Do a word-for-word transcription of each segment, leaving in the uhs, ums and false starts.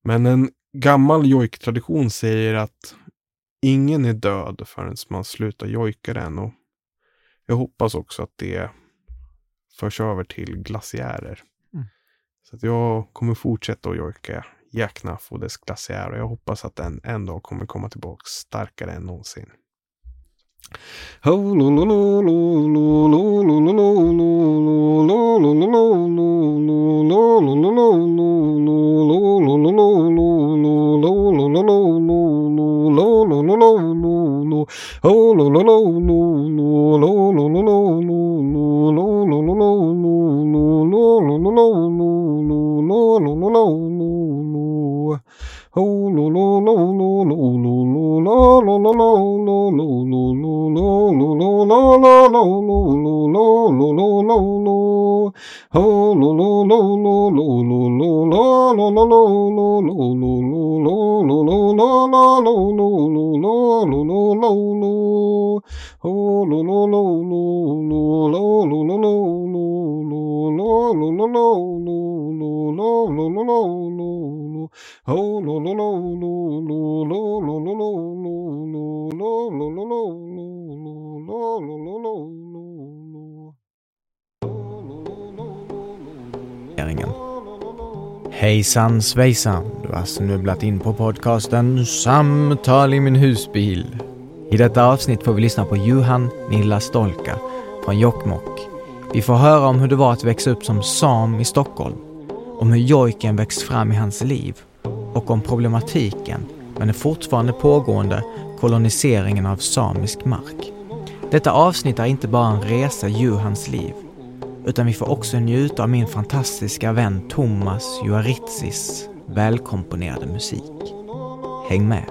Men en gammal jojk-tradition säger att ingen är död förrän man slutar jojka den. Och jag hoppas också att det förs över till glaciärer. Mm. Så att jag kommer fortsätta att jojka Jack Knaff och dess glaciär. Och jag hoppas att den en dag kommer komma tillbaka starkare än någonsin. Hejsan svejsan, du har snubblat in på podcasten Samtal i min husbil. I detta avsnitt får vi lyssna på Johan Nilla Stolka från Jokkmokk. Vi får höra om hur det var att växa upp som sam i Stockholm, om hur jojken växt fram i hans liv och om problematiken med den fortfarande pågående koloniseringen av samisk mark. Detta avsnitt är inte bara en resa i Johans liv, utan vi får också njuta av min fantastiska vän Thomas Juaritsis välkomponerade musik. Häng med!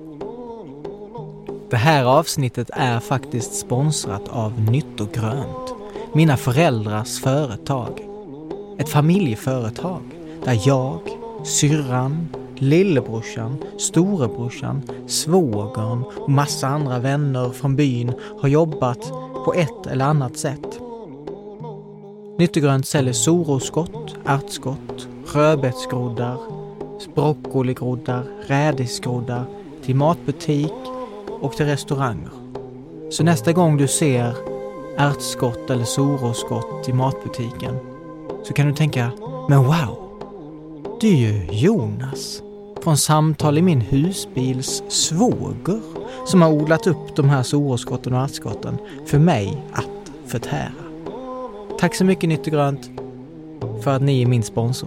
Det här avsnittet är faktiskt sponsrat av Nytt och Grönt, mina föräldrars företag. Ett familjeföretag där jag, syrran, lillebrorsan, storebrorsan, svågern och massa andra vänner från byn har jobbat på ett eller annat sätt. Nytt och Grönt säljer soroskott, ärtskott, rödbetsgroddar, broccoligroddar, rädisgroddar till matbutik och till restauranger. Så nästa gång du ser ärtskott eller soroskott i matbutiken så kan du tänka, men wow, det är ju Jonas från Samtal i min husbils svåger som har odlat upp de här soroskotten och ärtskotten för mig att förtära. Tack så mycket Nytt och Grönt för att ni är min sponsor.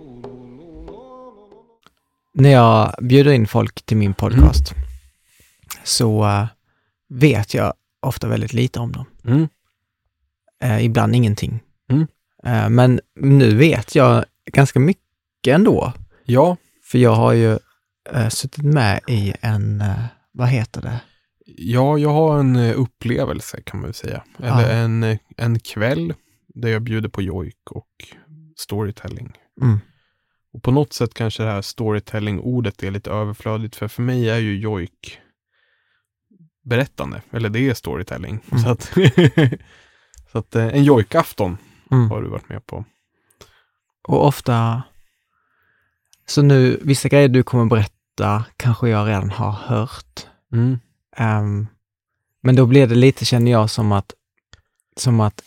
När jag bjuder in folk till min podcast mm. så uh, vet jag ofta väldigt lite om dem. Mm. Uh, ibland ingenting. Mm. Uh, men nu vet jag ganska mycket ändå. Ja. För jag har ju uh, suttit med i en, uh, vad heter det? Ja, jag har en uh, upplevelse kan man väl säga. Eller ja. en, uh, en kväll där jag bjuder på jojk och storytelling. Mm. Och på något sätt kanske det här storytelling-ordet är lite överflödigt. För för mig är ju jojk berättande. Eller det är storytelling. Mm. Så att, så att en jojkafton mm. har du varit med på. Och ofta... Så nu, vissa grejer du kommer berätta kanske jag redan har hört. Mm. Um, men då blir det lite, känner jag, som att som att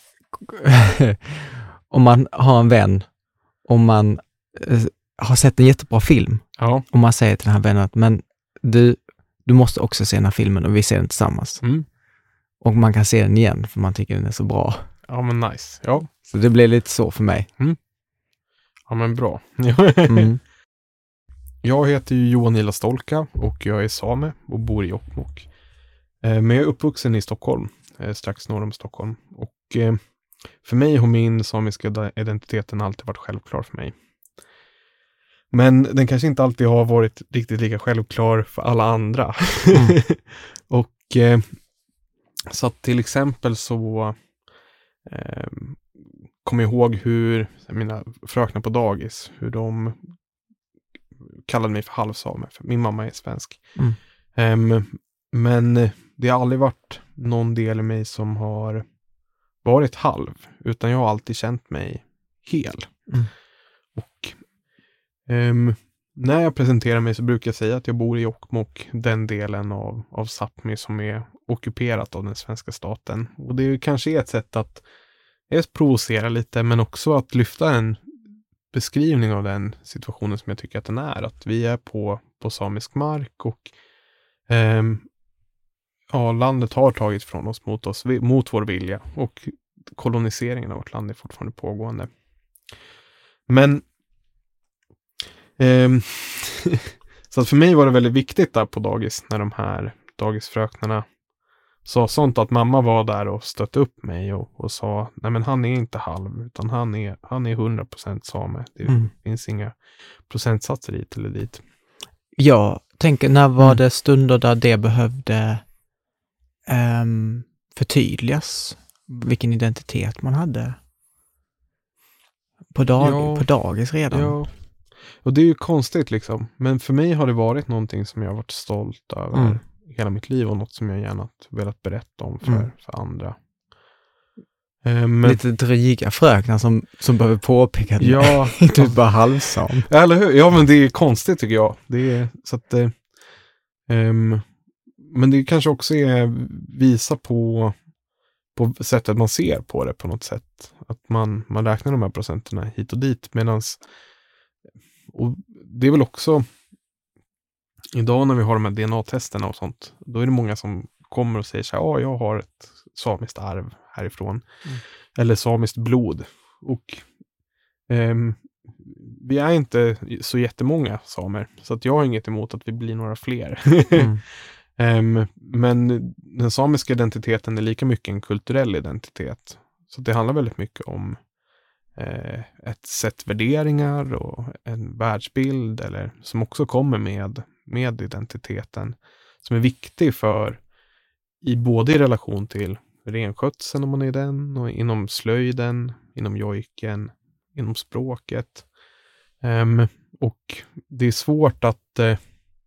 om man har en vän och man eh, har sett en jättebra film ja. och man säger till den här vännen att men du, du måste också se den här filmen och vi ser den tillsammans. Mm. Och man kan se den igen för man tycker den är så bra. Ja, men nice. Ja. Så det blir lite så för mig. Mm. Ja, men bra. mm. Jag heter ju Johan Nilla Stolka och jag är same och bor i Jokkmokk. Men jag är uppvuxen i Stockholm, strax norr om Stockholm. Och för mig har min samiska identiteten alltid varit självklar för mig. Men den kanske inte alltid har varit riktigt lika självklar för alla andra. Mm. Och så att till exempel så eh, kommer jag ihåg hur mina fröknar på dagis, hur de kallade mig för halvsame, för min mamma är svensk. Mm. Um, men det har aldrig varit någon del i mig som har varit halv, utan jag har alltid känt mig hel. Mm. Och um, när jag presenterar mig så brukar jag säga att jag bor i Jokkmokk, den delen av, av Sápmi som är ockuperat av den svenska staten. Och det är kanske ett sätt att dels provocera lite, men också att lyfta en beskrivning av den situationen som jag tycker att den är. Att vi är på, på samisk mark och ehm, ja, landet har tagit från oss mot, oss mot vår vilja. Och koloniseringen av vårt land är fortfarande pågående. Men ehm, så att för mig var det väldigt viktigt där på dagis när de här dagisfröknarna sa sånt, att mamma var där och stötte upp mig och, och sa, nej men han är inte halv utan han är, han är hundra procent same. Det mm. finns inga procentsatser hit eller dit. Jag tänker, när var mm. det stunder där det behövde um, förtydligas vilken identitet man hade på, dag, ja, på dagis redan? Ja, och det är ju konstigt liksom. Men för mig har det varit någonting som jag har varit stolt över mm. hela mitt liv och något som jag gärna velat berätta om för, mm. för andra. Um, Lite dryga fröknar som, som behöver påpeka det. Ja. Du är bara halvsam. Eller hur? Ja, men det är konstigt tycker jag. Det är så att eh, um, men det kanske också är visa på på sättet man ser på det på något sätt. Att man, man räknar de här procenterna hit och dit. Medans, och det är väl också idag när vi har de här D N A-testerna och sånt, då är det många som kommer och säger så här, ja, jag har ett samiskt arv härifrån. Mm. Eller samiskt blod. Och ehm, vi är inte så jättemånga samer. Så att jag har inget emot att vi blir några fler. Mm. um, men den samiska identiteten är lika mycket en kulturell identitet. Så det handlar väldigt mycket om eh, ett sätt värderingar och en världsbild eller, som också kommer med, med identiteten. Som är viktig för i både i relation till renskötseln om man är den och inom slöjden, inom jojken, inom språket. Um, och det är svårt att uh,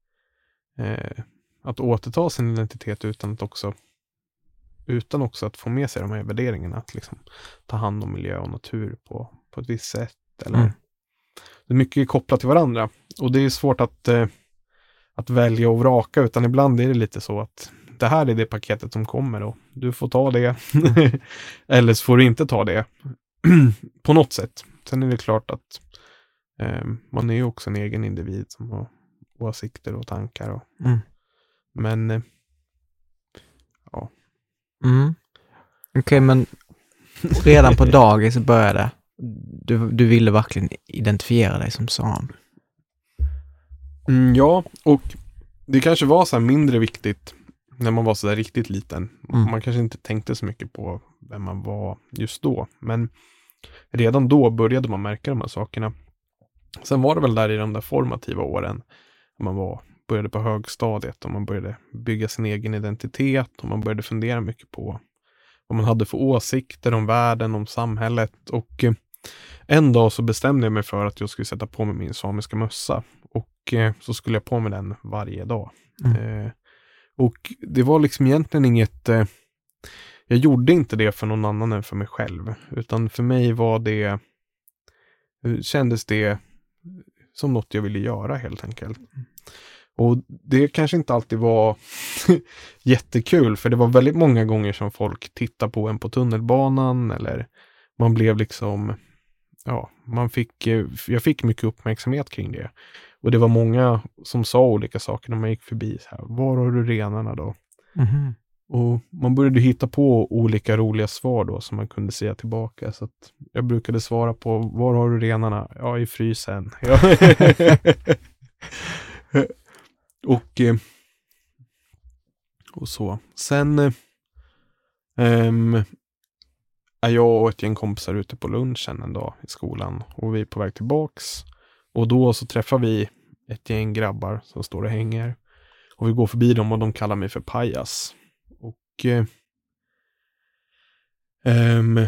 uh, att återta sin identitet utan att också utan också att få med sig de här värderingarna, att liksom ta hand om miljö och natur på, på ett visst sätt. Eller, mm. Det är mycket kopplat till varandra och det är svårt att uh, att välja och vraka, utan ibland är det lite så att det här är det paketet som kommer och du får ta det eller så får du inte ta det på något sätt. Sen är det klart att eh, man är ju också en egen individ som har åsikter och tankar och, mm. men eh, ja. Mm. Okej, okay, men redan på dagis började du, du ville verkligen identifiera dig som sam. Mm, ja, och det kanske var så här mindre viktigt när man var så där riktigt liten. Mm. Man kanske inte tänkte så mycket på vem man var just då. Men redan då började man märka de här sakerna. Sen var det väl där i de där formativa åren. Man var, började på högstadiet och man började bygga sin egen identitet. Och man började fundera mycket på vad man hade för åsikter om världen, om samhället. Och eh, en dag så bestämde jag mig för att jag skulle sätta på mig min samiska mössa. Och eh, så skulle jag på mig den varje dag. Mm. Eh, och det var liksom egentligen inget... Eh, jag gjorde inte det för någon annan än för mig själv. Utan för mig var det... Kändes det som något jag ville göra helt enkelt. Mm. Och det kanske inte alltid var jättekul. För det var väldigt många gånger som folk tittade på en på tunnelbanan. Eller man blev liksom... Ja, man fick, jag fick mycket uppmärksamhet kring det. Och det var många som sa olika saker när man gick förbi. Så här, var har du renarna då? Mm-hmm. Och man började hitta på olika roliga svar då som man kunde säga tillbaka. Så att jag brukade svara på, var har du renarna? Ja, i frysen. Ja. och, och så. Sen ähm, är jag och ett gäng kompisar ute på lunchen en dag i skolan. Och vi är på väg tillbaks. Och då så träffar vi ett gäng grabbar som står och hänger. Och vi går förbi dem och de kallar mig för pajas. Och eh, eh,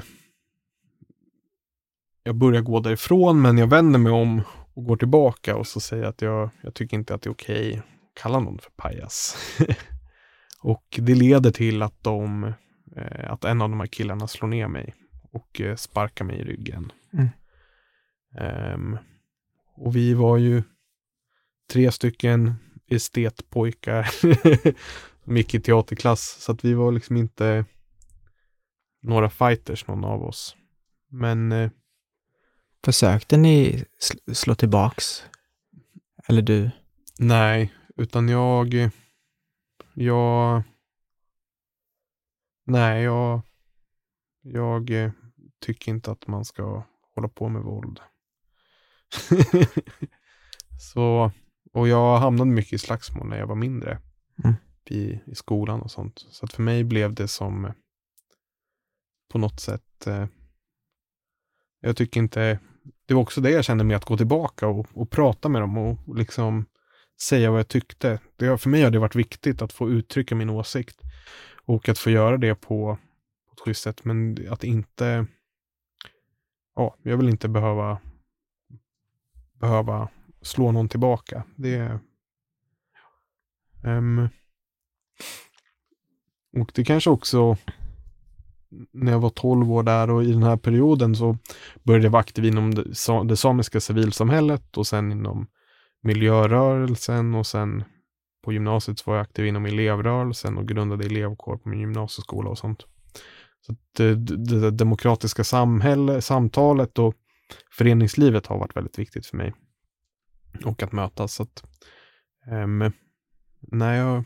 jag börjar gå därifrån, men jag vänder mig om och går tillbaka och så säger att jag, jag tycker inte att det är okej att kalla någon för pajas. Och det leder till att de eh, att en av de här killarna slår ner mig och eh, sparkar mig i ryggen. Mm. Um, och vi var ju tre stycken estetpojkar som gick i teaterklass. Så att vi var liksom inte några fighters, någon av oss. Men... Eh, Försökte ni sl- slå tillbaks? Eller du? Nej, utan jag... Jag... Nej, jag... Jag eh, tycker inte att man ska hålla på med våld. Så... Och jag hamnade mycket i slagsmål när jag var mindre. Mm. I, I skolan och sånt. Så att för mig blev det som... På något sätt... Eh, jag tycker inte... Det var också det jag kände med att gå tillbaka och, och prata med dem och liksom säga vad jag tyckte. Det, för mig har det varit viktigt att få uttrycka min åsikt och att få göra det på, på ett schysst sätt. Men att inte... Ja, jag vill inte behöva behöva slå någon tillbaka. Det um, och det kanske också... När jag var tolv år där och i den här perioden så började jag vara aktiv inom det, det samiska civilsamhället och sen inom miljörörelsen och sen på gymnasiet så var jag aktiv inom elevrörelsen och grundade elevkår på min gymnasieskola och sånt. Så det, det, det demokratiska samhälle, samtalet och föreningslivet har varit väldigt viktigt för mig och att mötas. Så att, um, när jag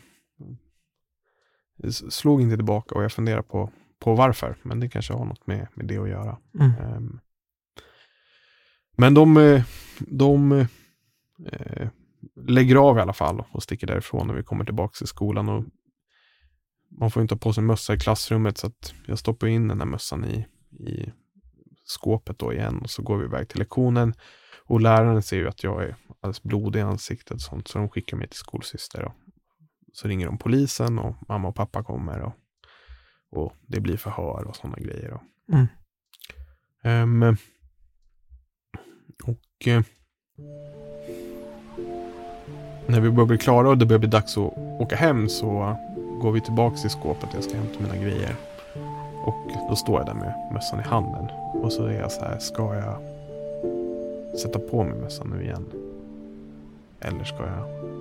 slog inte tillbaka och jag funderar på på varför, men det kanske har något med, med det att göra. Mm. Um, men de, de eh, lägger av i alla fall och sticker därifrån när vi kommer tillbaka till skolan. Och man får inte ha på sig mössa i klassrummet så att jag stoppar in den här mössan i, i skåpet då igen och så går vi iväg till lektionen och läraren ser ju att jag är alldeles blodig i ansiktet och sånt, så de skickar mig till skolsyster och så ringer de polisen och mamma och pappa kommer och Och det blir förhör och sådana grejer. Då. Mm. Um, och uh, när vi börjar bli klara och det börjar bli dags att åka hem så går vi tillbaka till skåpet. Jag ska hämta mina grejer. Och då står jag där med mössan i handen. Och så är jag så här, ska jag sätta på mig mössan nu igen? Eller ska jag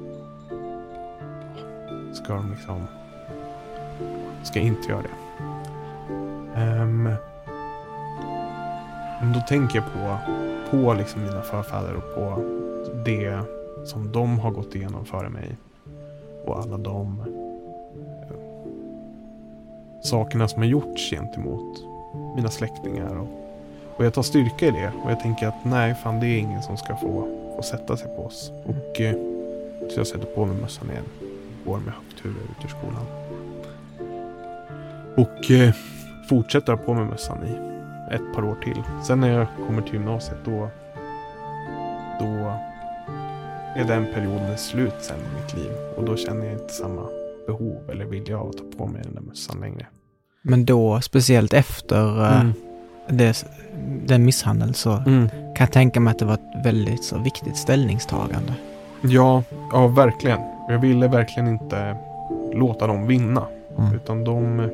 ska de liksom ska jag inte göra det? Um, men då tänker jag på på liksom mina förfäder och på det som de har gått igenom före mig och alla de uh, sakerna som har gjorts gentemot mina släktingar och, och jag tar styrka i det och jag tänker att nej fan, det är ingen som ska få, få sätta sig på oss och uh, så jag sätter på mig mössan igen och går med högt huvud ut ur skolan. Och eh, fortsätter på med mössan i ett par år till. Sen när jag kommer till gymnasiet då, då är den perioden slut sen i mitt liv. Och då känner jag inte samma behov eller vilja av att ta på mig den där mössan längre. Men då, speciellt efter mm. det, den misshandeln så mm. kan jag tänka mig att det var ett väldigt så viktigt ställningstagande. Ja, ja verkligen. Jag ville verkligen inte låta dem vinna. Mm. Utan de...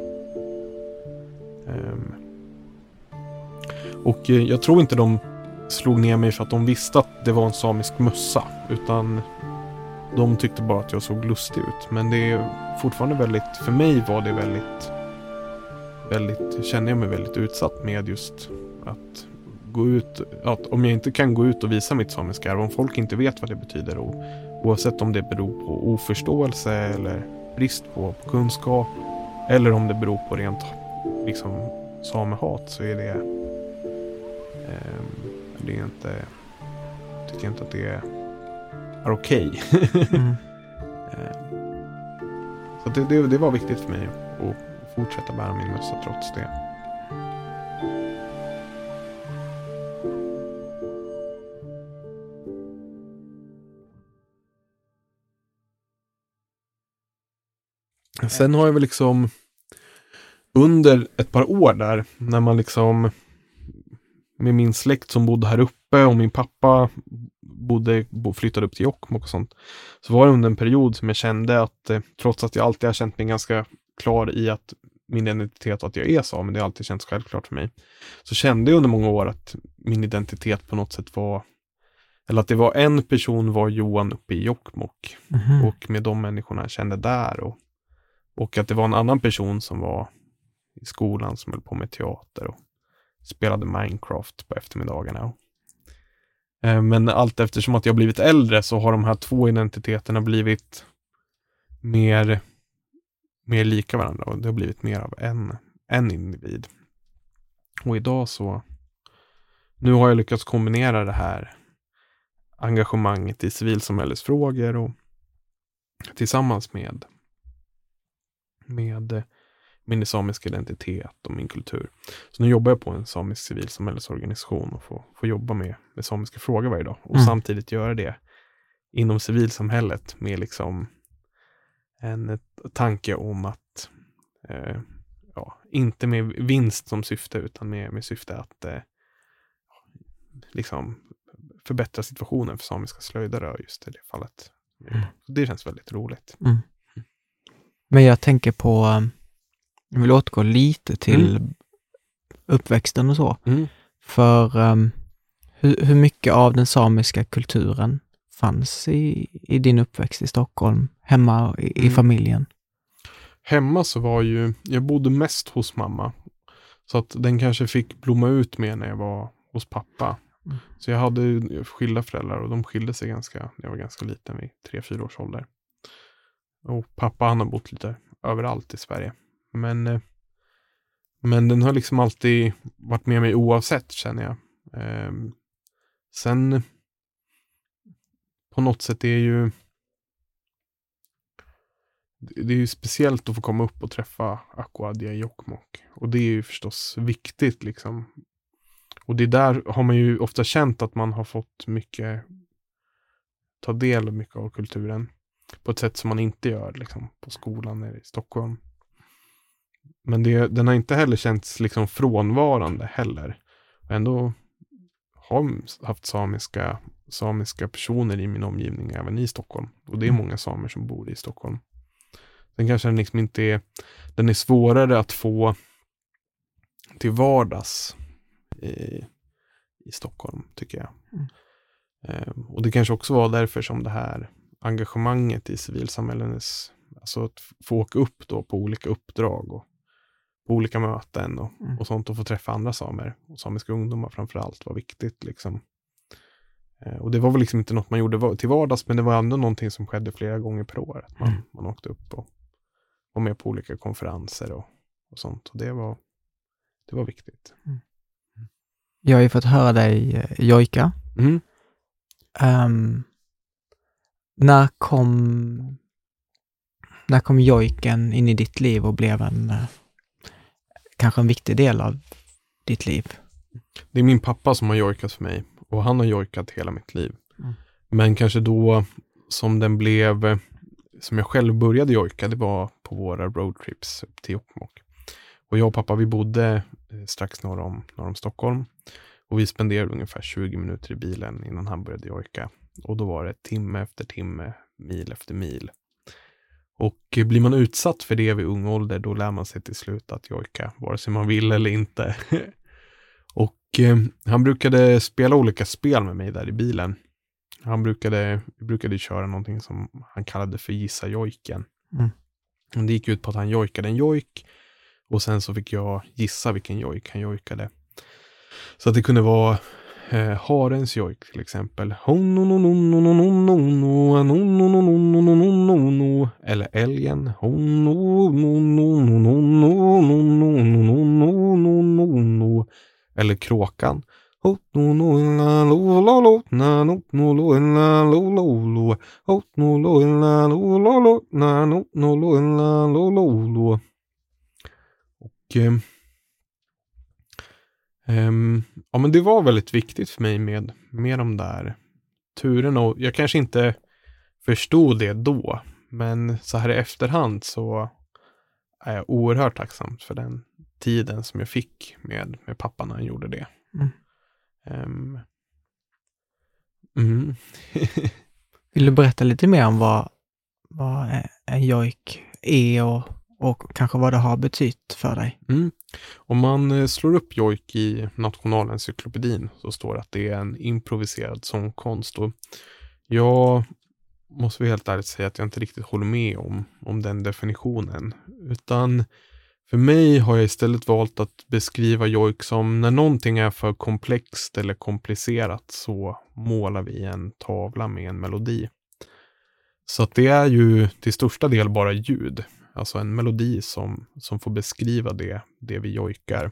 Um, och jag tror inte de slog ner mig för att de visste att det var en samisk mössa, utan de tyckte bara att jag såg lustig ut. Men det är fortfarande väldigt, för mig var det väldigt väldigt, känner jag mig väldigt utsatt med just att gå ut, att om jag inte kan gå ut och visa mitt samiska arv, om folk inte vet vad det betyder, och oavsett om det beror på oförståelse eller brist på, på kunskap eller om det beror på rent liksom samehat, så är det eh, det är inte, tycker jag inte att det är, är okej. mm. Så det, det, det var viktigt för mig att fortsätta bära min mössa trots det. Sen har jag väl liksom under ett par år där, när man liksom med min släkt som bodde här uppe och min pappa bodde, flyttade upp till Jokkmokk och sånt, så var det under en period som jag kände att eh, trots att jag alltid har känt mig ganska klar i att min identitet och att jag är så, men det har alltid känts självklart för mig, så kände jag under många år att min identitet på något sätt var, eller att det var en person var Johan uppe i Jokkmokk Mhm. och med de människorna jag kände där och, och att det var en annan person som var i skolan som höll på med teater och spelade Minecraft på eftermiddagarna. Eh, Men allt eftersom att jag blivit äldre så har de här två identiteterna blivit mer, mer lika varandra och det har blivit mer av en, en individ. Och idag så, nu har jag lyckats kombinera det här engagemanget i civilsamhällesfrågor och tillsammans med, med min samiska identitet och min kultur. Så nu jobbar jag på en samisk civilsamhällesorganisation och får, får jobba med, med samiska frågor varje dag. Och Mm. samtidigt göra det inom civilsamhället med liksom en ett, tanke om att eh, ja, inte med vinst som syfte utan med, med syfte att eh, liksom förbättra situationen för samiska slöjdare just i det fallet. Mm. Så det känns väldigt roligt. Mm. Men jag tänker på, um, jag vill återgå lite till Mm. uppväxten och så. Mm. För um, hur, hur mycket av den samiska kulturen fanns i, i din uppväxt i Stockholm, hemma i, i Mm. familjen? Hemma så var ju, jag bodde mest hos mamma. Så att den kanske fick blomma ut mer när jag var hos pappa. Mm. Så jag hade ju skilda föräldrar och de skilde sig ganska, när jag var ganska liten, vid tre fyra års ålder. Och pappa han har bott lite överallt i Sverige. Men, eh, men den har liksom alltid varit med mig oavsett, känner jag. Eh, sen på något sätt är ju det är ju speciellt att få komma upp och träffa Aku Adia i Jokkmokk. Och det är ju förstås viktigt liksom. Och det där har man ju ofta känt att man har fått mycket, ta del av mycket av kulturen. På ett sätt som man inte gör liksom, på skolan nere i Stockholm. Men det, den har inte heller känts liksom frånvarande heller. Och ändå har haft samiska, samiska personer i min omgivning även i Stockholm. Och det är många samer som bor i Stockholm. Den kanske liksom inte är, den är svårare att få till vardags i, i Stockholm, tycker jag. Mm. Eh, och det kanske också var därför som det här engagemanget i civilsamhällets, alltså att få åka upp då på olika uppdrag och på olika möten och, Mm. och sånt och få träffa andra samer och samiska ungdomar framförallt var viktigt liksom. Eh, och det var väl liksom inte något man gjorde till vardags, men det var ändå någonting som skedde flera gånger per år. Att man, Mm. man åkte upp och var med på olika konferenser och, och sånt. Och det var, det var viktigt. Jag har ju fått höra dig eh, jojka. Mm. Um, när kom när kom jojken in i ditt liv och blev en eh, kanske en viktig del av ditt liv? Det är min pappa som har jojkat för mig. Och han har jojkat hela mitt liv. Mm. Men kanske då som den blev, som jag själv började jojka, det var på våra roadtrips upp till Jokkmokk. Och jag och pappa, vi bodde strax norr om, norr om Stockholm. Och vi spenderade ungefär tjugo minuter i bilen innan han började jojka. Och då var det timme efter timme, mil efter mil. Och blir man utsatt för det vid ung ålder, då lär man sig till slut att jojka, vare sig man vill eller inte. Och eh, han brukade spela olika spel med mig där i bilen. Han brukade, vi brukade köra någonting som han kallade för gissa jojken. Mm. Och det gick ut på att han jojkade en jojk. Och sen så fick jag gissa vilken jojk han jojkade. Så att det kunde vara eh, harens jojk till exempel. Eller älgen. Eller kråkan. Och eh, Um, ja, men det var väldigt viktigt för mig med, med de där turerna. Och jag kanske inte förstod det då, men så här i efterhand så är jag oerhört tacksam för den tiden som jag fick med, med pappa när han gjorde det. Mm. Um, mm. Vill du berätta lite mer om vad, vad en jojk är och, och kanske vad det har betytt för dig. Mm. Om man slår upp jojk i Nationalencyklopedin så står det att det är en improviserad sångkonst. Och jag måste helt ärligt säga att jag inte riktigt håller med om, om den definitionen. Utan för mig har jag istället valt att beskriva jojk som när någonting är för komplext eller komplicerat så målar vi en tavla med en melodi. Så att det är ju till största del bara ljud. Alltså en melodi som, som får beskriva det, det vi jojkar.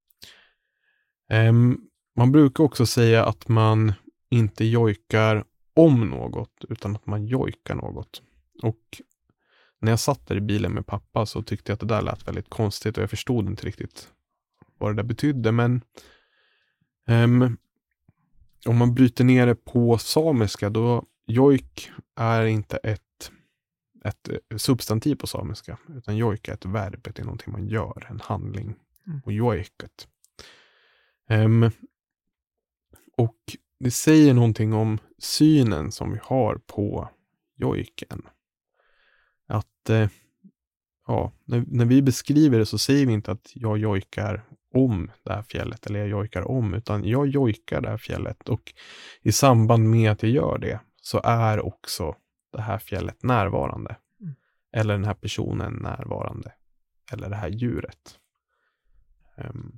Um, man brukar också säga att man inte jojkar om något utan att man jojkar något. Och när jag satt där i bilen med pappa så tyckte jag att det där lät väldigt konstigt och jag förstod inte riktigt vad det där betydde. Men um, om man bryter ner det på samiska då jojk är inte ett ett substantiv på samiska, utan jojka är ett verb, det är någonting man gör, en handling. Mm. Och jojket. Um, och det säger någonting om synen som vi har på jojken. Att uh, ja, när, när vi beskriver det så säger vi inte att jag jojkar om det här fjället eller jag jojkar om, utan jag jojkar det här fjället och i samband med att jag gör det så är också det här fjället närvarande. Mm. Eller den här personen närvarande. Eller det här djuret. Um.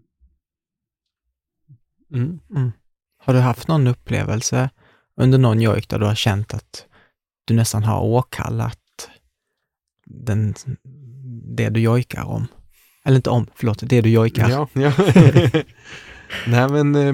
Mm. Mm. Har du haft någon upplevelse under någon jojk där du har känt att du nästan har åkallat den, det du jojkar om? Eller inte om, förlåt, det du jojkar. Ja, ja. Nej men äh,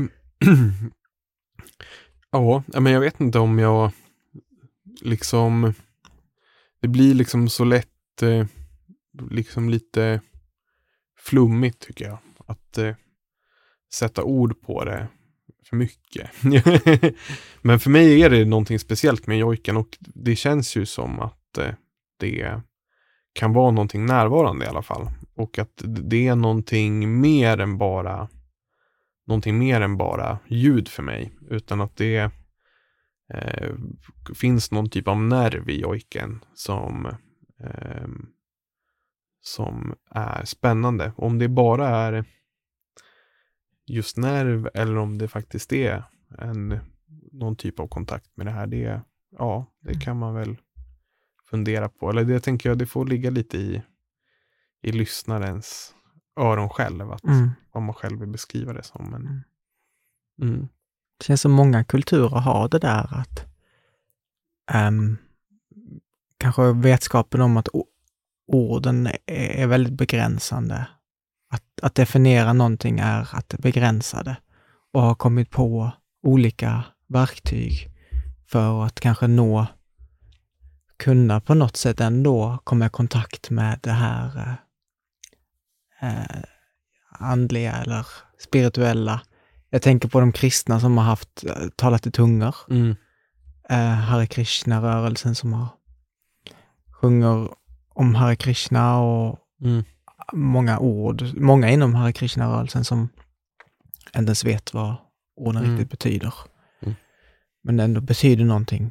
ja, men jag vet inte om jag liksom, det blir liksom så lätt eh, liksom lite flummigt tycker jag att eh, sätta ord på det för mycket. Men för mig är det någonting speciellt med jojken och det känns ju som att eh, det kan vara någonting närvarande i alla fall och att det är någonting mer än bara någonting mer än bara ljud för mig, utan att det Eh, finns någon typ av nerv i jojken som eh, som är spännande. Om det bara är just nerv eller om det faktiskt är en, någon typ av kontakt med det här, det, ja, det kan man väl fundera på. Eller det tänker jag, det får ligga lite i, i lyssnarens öron själv, att, mm. vad man själv vill beskriva det som. Men, mm. Det känns som många kulturer har det där att um, kanske vetskapen om att o- orden är, är väldigt begränsande. Att, att definiera någonting är att begränsa det och har kommit på olika verktyg för att kanske nå, kunna på något sätt ändå komma i kontakt med det här eh, andliga eller spirituella. Jag tänker på de kristna som har haft talat i tungor. Mm. Eh, Hare Krishna-rörelsen som har sjunger om Hare Krishna och mm. många ord. Många inom Hare Krishna-rörelsen som inte ens vet vad orden mm. riktigt betyder. Mm. Men ändå betyder någonting.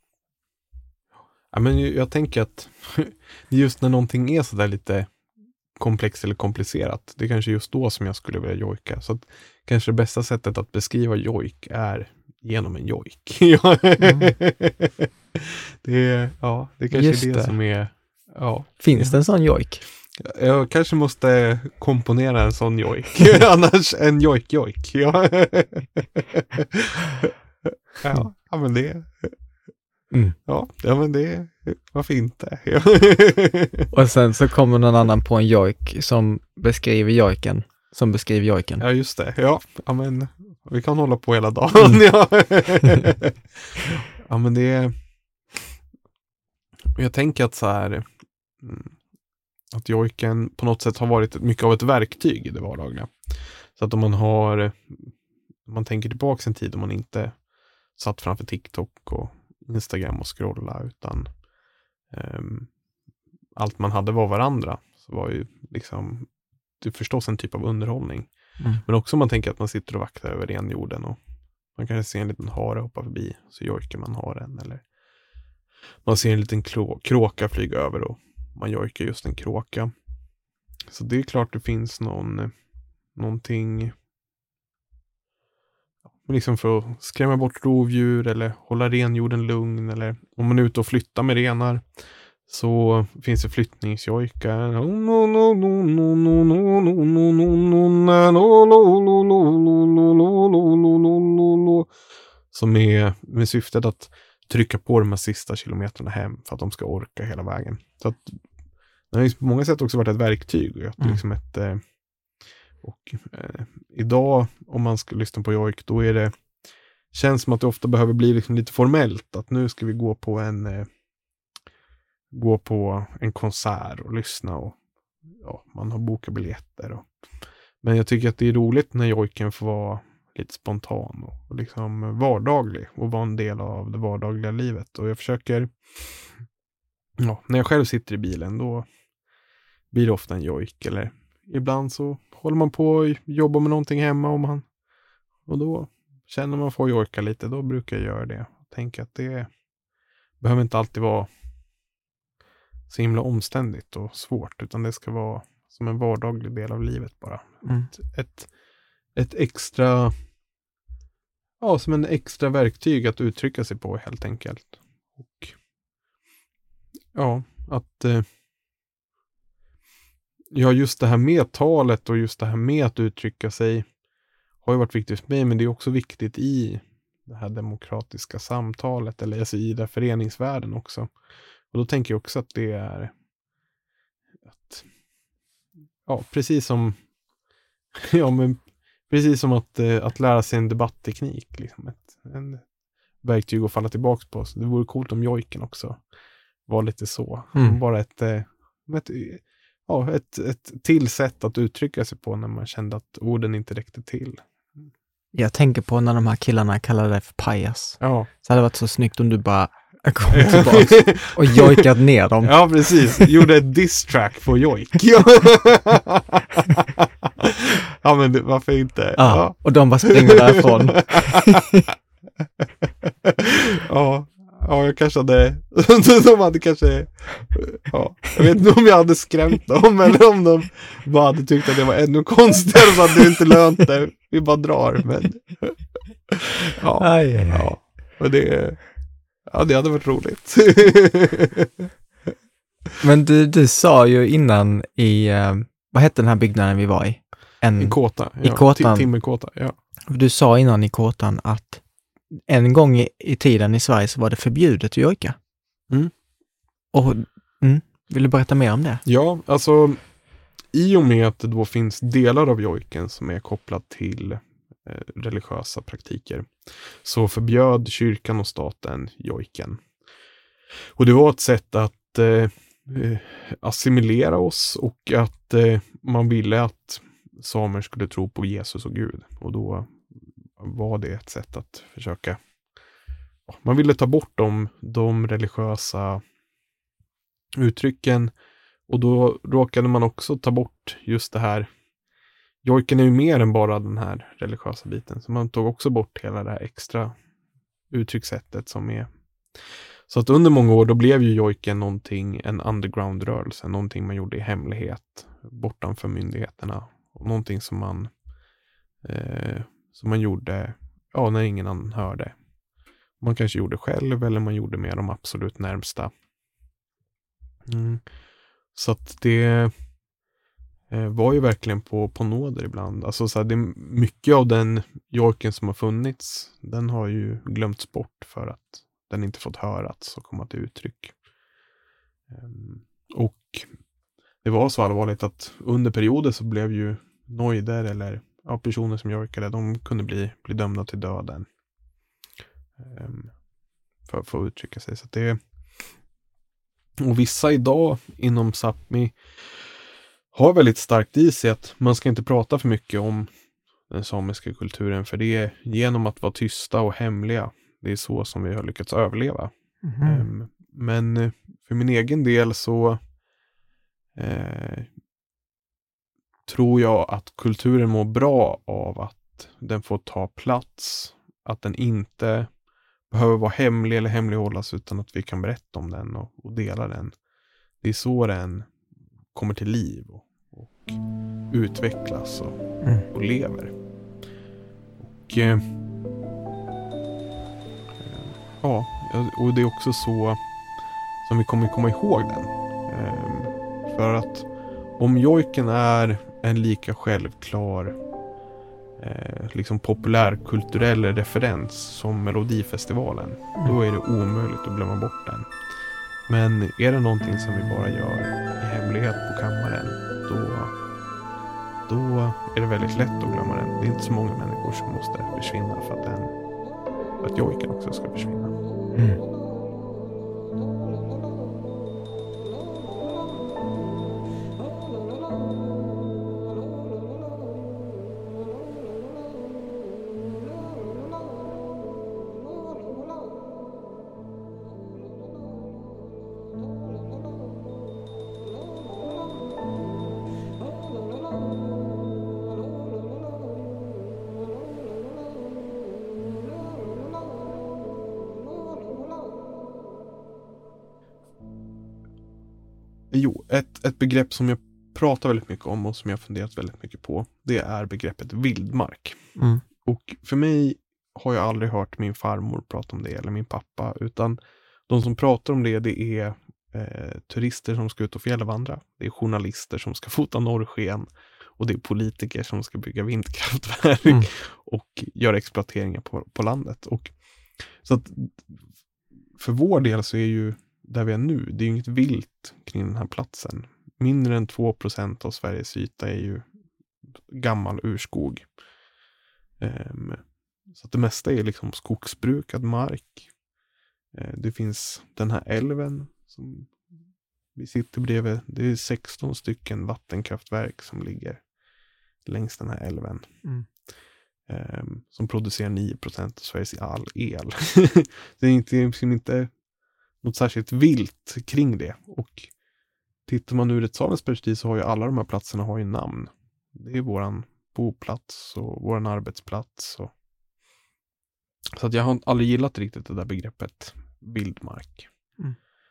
Ja, men jag tänker att just när någonting är sådär lite komplext eller komplicerat, det är kanske just då som jag skulle vilja jojka. Så att kanske det bästa sättet att beskriva jojk är genom en jojk. mm. det är, ja, det är kanske just det, det som är... Ja. Finns det en sån jojk? Jag kanske måste komponera en sån jojk. Annars en jojk-jojk. Ja. ja, ja, men det... Mm. Ja, ja, men det... Varför inte? Ja. Och sen så kommer någon annan på en jojk som beskriver jojken. Som beskriver jojken. Ja, just det. Ja, ja men vi kan hålla på hela dagen. Mm. Ja. ja, men det är... Jag tänker att så här... Att jojken på något sätt har varit mycket av ett verktyg i det vardagliga. Så att om man har... Om man tänker tillbaka en tid om man inte satt framför TikTok och Instagram och scrolla, utan um, allt man hade var varandra, så var ju liksom det förstås en typ av underhållning. Mm. Men också om man tänker att man sitter och vaktar över renjorden och man kanske ser en liten hare hoppa förbi, så jojkar man haren, eller man ser en liten krå- kråka flyga över och man jojkar just en kråka. så det är klart det finns någon, någonting liksom för att skrämma bort rovdjur eller hålla renjorden lugn, eller om man är ute och flyttar med renar så finns det flyttningsjojka som är med syftet att trycka på de här sista kilometerna hem för att de ska orka hela vägen. Så att det har ju på många sätt också varit ett verktyg. Och mm. liksom ett, eh, och eh, idag om man ska lyssna på jojk, då är det känns som att det ofta behöver bli liksom lite formellt. Att nu ska vi gå på en eh, gå på en konsert och lyssna och ja, man har bokat biljetter. Och, men jag tycker att det är roligt när jojken får vara lite spontan och, och liksom vardaglig och vara en del av det vardagliga livet. Och jag försöker, ja, när jag själv sitter i bilen då blir det ofta en jojk, eller ibland så håller man på och jobbar med någonting hemma om man, och då känner man får jojka lite, då brukar jag göra det. Tänka att det behöver inte alltid vara så himla omständigt och svårt, utan det ska vara som en vardaglig del av livet bara. Mm. Ett, ett, ett extra ja, som en extra verktyg att uttrycka sig på helt enkelt. Och ja, att eh, ja, just det här med talet och just det här med att uttrycka sig har ju varit viktigt för mig, men det är också viktigt i det här demokratiska samtalet, eller alltså i det föreningsvärlden också. Och då tänker jag också att det är att, ja, precis som ja, men precis som att, att lära sig en debattteknik, liksom ett en verktyg att falla tillbaka på. Så det vore coolt om jojken också var lite så. Mm. Bara ett, ett, ja, ett, ett till sätt att uttrycka sig på när man kände att orden inte räckte till. Jag tänker på när de här killarna kallade det för pajas. Ja. Så hade det varit så snyggt om du bara kom tillbaka och jojkat ner dem. Ja, precis. Gjorde ett diss-track på jojk. Ja, men varför inte? Ja, ja. Och de bara springer därifrån. Ja, ja, jag kanske hade de hade kanske ja, jag vet inte om jag hade skrämt dem eller om de bara hade tyckt att det var ännu konstigare, så att det inte lönt det. Vi bara drar, men ja, aj, aj, aj. Ja, men det ja, det hade varit roligt. Men du, du sa ju innan i uh, vad hette den här byggnaden vi var i? En, I Kåta. I ja. Kåtan. Timmerkåta, ja. Du sa innan i Kåtan att en gång i, i tiden i Sverige så var det förbjudet att jojka. Mm. Och mm, vill du berätta mer om det? Ja, alltså i och med att det då finns delar av jojken som är kopplat till eh, religiösa praktiker, så förbjöd kyrkan och staten jojken. Och det var ett sätt att eh, assimilera oss, och att eh, man ville att samer skulle tro på Jesus och Gud. Och då var det ett sätt att försöka, man ville ta bort de, de religiösa uttrycken, och då råkade man också ta bort just det här. Jojken är ju mer än bara den här religiösa biten, så man tog också bort hela det här extra uttryckssättet som är. Så att under många år då blev ju jojken någonting, en underground-rörelse, någonting man gjorde i hemlighet bortanför myndigheterna, och någonting som man eh, som man gjorde ja, när ingen annan hörde. Man kanske gjorde själv, eller man gjorde med de absolut närmsta. Mm. Så att det eh, var ju verkligen på, på nåder ibland. Alltså så här, det är mycket av den jojken som har funnits, den har ju glömts bort för att den inte fått hörats och komma till uttryck. Um, och det var så allvarligt att under perioder så blev ju nojder eller ja, personer som jojkade, de kunde bli, bli dömda till döden um, för att få uttrycka sig. Så att det, och vissa idag inom Sápmi har väldigt starkt i sig att man ska inte prata för mycket om den samiska kulturen, för det är genom att vara tysta och hemliga, det är så som vi har lyckats överleva. Mm-hmm. Um, men för min egen del så eh, tror jag att kulturen mår bra av att den får ta plats, att den inte behöver vara hemlig eller hemlighållas, utan att vi kan berätta om den och, och dela den. Det är så den kommer till liv och, och utvecklas och, Mm. och lever. Och eh, ja, och det är också så som vi kommer komma ihåg den. Eh, för att om jojken är en lika självklar eh, liksom populärkulturell referens som Melodifestivalen, Mm. då är det omöjligt att glömma bort den. Men är det någonting som vi bara gör i hemlighet på kammaren, då, då är det väldigt lätt att glömma den. Det är inte så många människor som måste försvinna för att, den, för att jojken också ska försvinna. Mm. Jo, ett, ett begrepp som jag pratar väldigt mycket om och som jag funderat väldigt mycket på, det är begreppet vildmark. Mm. Och för mig har jag aldrig hört min farmor prata om det eller min pappa, utan de som pratar om det, det är eh, turister som ska ut och fjällvandra. Det är journalister som ska fota norrsken och det är politiker som ska bygga vindkraftverk Mm. och göra exploateringar på, på landet. Och så att för vår del så är ju där vi är nu, det är ju inget vilt kring den här platsen. Mindre än två procent av Sveriges yta är ju gammal urskog. Um, så att det mesta är liksom skogsbrukad mark. Uh, det finns den här älven som vi sitter bredvid. Det är sexton stycken vattenkraftverk som ligger längs den här älven. Mm. Um, som producerar nio procent av Sveriges all el. Det är inte, liksom inte något särskilt vilt kring det. Och tittar man ur ett samiskt perspektiv så har ju alla de här platserna har ju namn. Det är våran boplats och våran arbetsplats. Och... Så att jag har aldrig gillat riktigt det där begreppet vildmark. Mm.